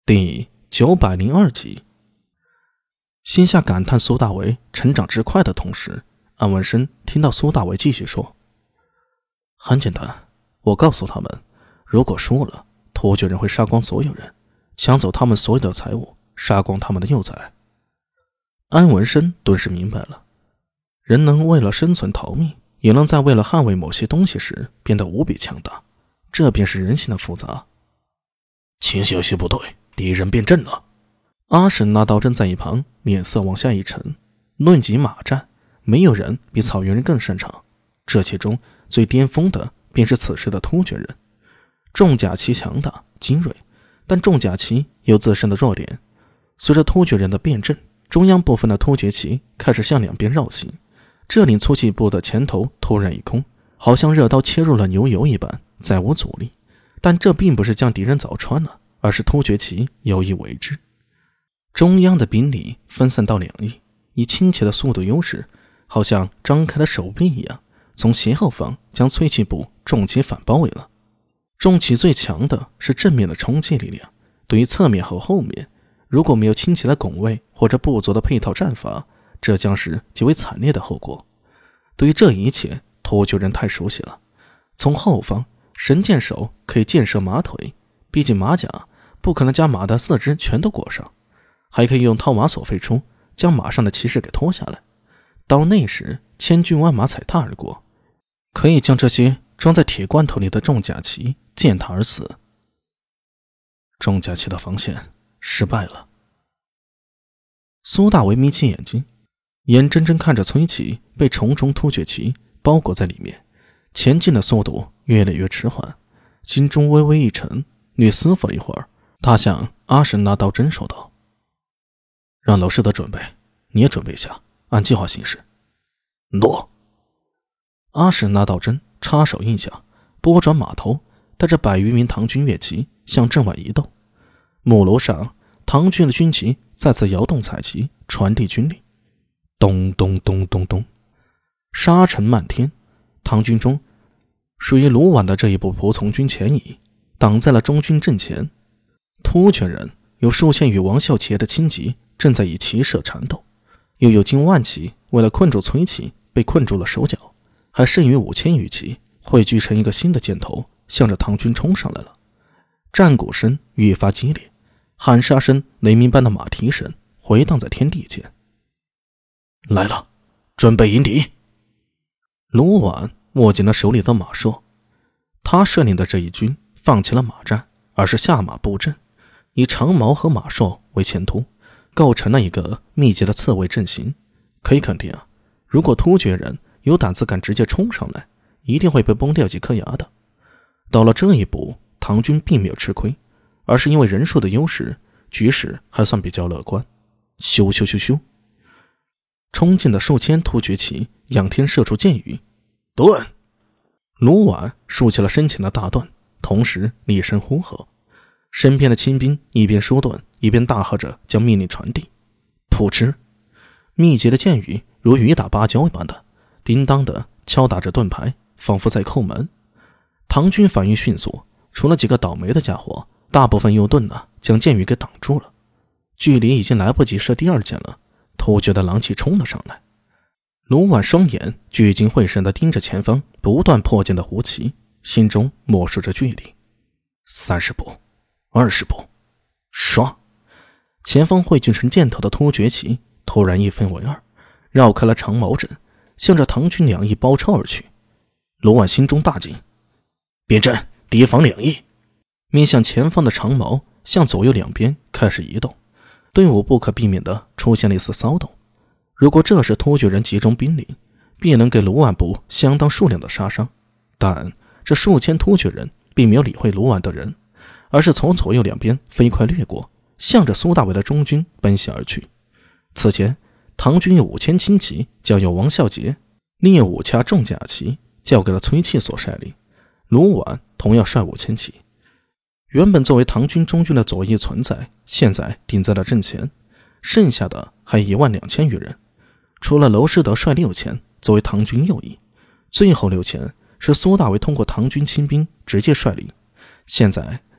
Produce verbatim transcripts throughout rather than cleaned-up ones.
第九百零二集。心下感叹苏大为成长之快的同时，安文生听到苏大为继续说：很简单，我告诉他们，如果输了，突厥人会杀光所有人，抢走他们所有的财物，杀光他们的幼崽。安文生顿时明白了，人能为了生存逃命，也能在为了捍卫某些东西时变得无比强大，这便是人性的复杂。 请小西部队，敌人变阵了。 阿史那道真在一旁脸色往下一沉，论及马战，没有人比草原人更擅长，这其中最巅峰的便是此时的突厥人。重甲骑强大精锐，但重甲骑有自身的弱点。随着突厥人的变阵，中央部分的突厥骑开始向两边绕行，这令粗骑部的前头突然一空，好像热刀切入了牛油一般，再无阻力。但这并不是将敌人凿穿了，而是突厥骑有意为之。中央的兵力分散到两翼，以倾斜的速度优势，好像张开了手臂一样，从斜后方将崔骑部重骑反包围了。重骑最强的是正面的冲击力量，对于侧面和后面，如果没有倾斜的拱卫或者不足的配套战法，这将是极为惨烈的后果。对于这一切，突厥人太熟悉了。从后方，神箭手可以箭射马腿，毕竟马甲不可能将马的四肢全都裹上，还可以用套马索飞出，将马上的骑士给拖下来。到那时，千军万马踩踏而过，可以将这些装在铁罐头里的重甲骑践踏而死。重甲骑的防线失败了。苏大为眯起眼睛，眼睁睁看着崔骑被重重突厥骑包裹在里面，前进的速度越来越迟缓，心中微微一沉，略思忖了一会儿，他向阿什拿道真说道：让娄师德准备，你也准备一下，按计划行事。 诺。 阿什拿道真插手应下，拨转马头，带着百余名唐军乐骑向阵外移动。木楼上，唐军的军旗再次摇动彩旗，传递军令。咚咚咚咚咚，沙尘漫天。唐军中属于卢绾的这一部仆从军前移，挡在了中军阵前。突厥人有数千与王孝桀的轻骑正在以骑射缠斗，又有近万骑为了困住崔骑被困住了手脚，还剩余五千余骑汇聚成一个新的箭头，向着唐军冲上来了。战鼓声愈发激烈，喊杀声、雷鸣般的马蹄声回荡在天地间。 来了，准备迎敌。 卢绾握紧了手里的马槊，他率领的这一军放弃了马战，而是下马布阵，以长矛和马槊为前突，构成了一个密集的刺猬阵型。可以肯定啊，如果突厥人有胆子敢直接冲上来，一定会被崩掉几颗牙的。到了这一步，唐军并没有吃亏，而是因为人数的优势，局势还算比较乐观。咻咻咻咻，冲进的数千突厥骑仰天射出箭雨。 盾！ 卢绾竖起了身前的大盾，同时厉声呼喝，身边的亲兵一边输盾，一边大喝着将命令传递。噗嗤，密集的箭雨如雨打芭蕉一般的叮当的敲打着盾牌，仿佛在叩门。唐军反应迅速，除了几个倒霉的家伙，大部分用盾呢将箭雨给挡住了。距离已经来不及射第二箭了，突厥的狼骑冲了上来。卢绾双眼聚精会神地盯着前方不断迫近的胡骑，心中默数着距离。三十步，二十步，唰！前方汇聚成箭头的突厥骑突然一分为二，绕开了长矛阵，向着唐军两翼包抄而去。卢绾心中大惊， 变阵，提防两翼。 面向前方的长矛向左右两边开始移动，队伍不可避免地出现了一丝骚动。如果这时突厥人集中兵力，必能给卢绾部相当数量的杀伤。但这数千突厥人并没有理会卢绾的人，而是从左右两边飞快掠过，向着苏大为的中军奔袭而去。此前唐军有五千轻骑交由王孝桀，另有五掐重甲骑交给了崔器所率领，卢绾同样率五千骑。原本作为唐军中军的左翼存在，现在顶在了阵前，剩下的还一万两千余人。除了娄师德率六千作为唐军右翼，最后六千是苏大为通过唐军亲兵直接率领。现在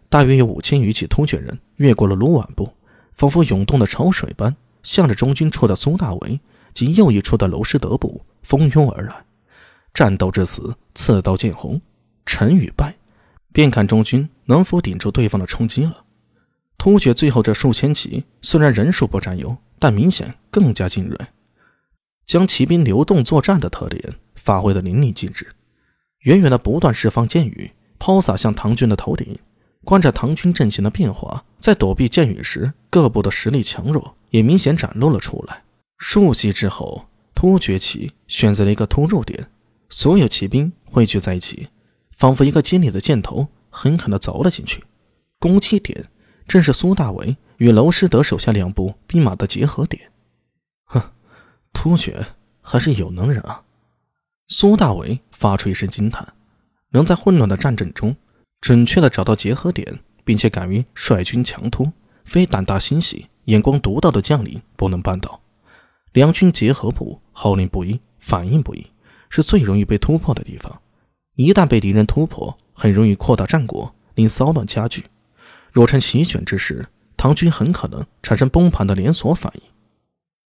大约有五千余骑突厥人越过了卢宛部，仿佛涌动的潮水般，向着中军处的苏大为及右翼处的娄师德部蜂拥而来。战斗至此，刺刀见红，成与败，便看中军能否顶住对方的冲击了。突厥最后这数千骑虽然人数不占优，但明显更加精锐，将骑兵流动作战的特点发挥得淋漓尽致。远远的不断释放箭雨，抛洒向唐军的头顶。观着唐军阵型的变化，在躲避箭雨时，各部的实力强弱也明显展露了出来。数息之后，突厥骑选择了一个突入点，所有骑兵汇聚在一起，仿佛一个尖利的箭头狠狠地凿了进去。攻击点正是苏大为与娄师德手下两部兵马的结合点。哼，突厥还是有能人啊！苏大为发出一声惊叹，能在混乱的战阵中准确地找到结合点，并且敢于率军强突，非胆大心细、眼光独到的将领不能办到。两军结合部号令不一，反应不一，是最容易被突破的地方。一旦被敌人突破，很容易扩大战果，令骚乱加剧。若成席卷之势，唐军很可能产生崩盘的连锁反应。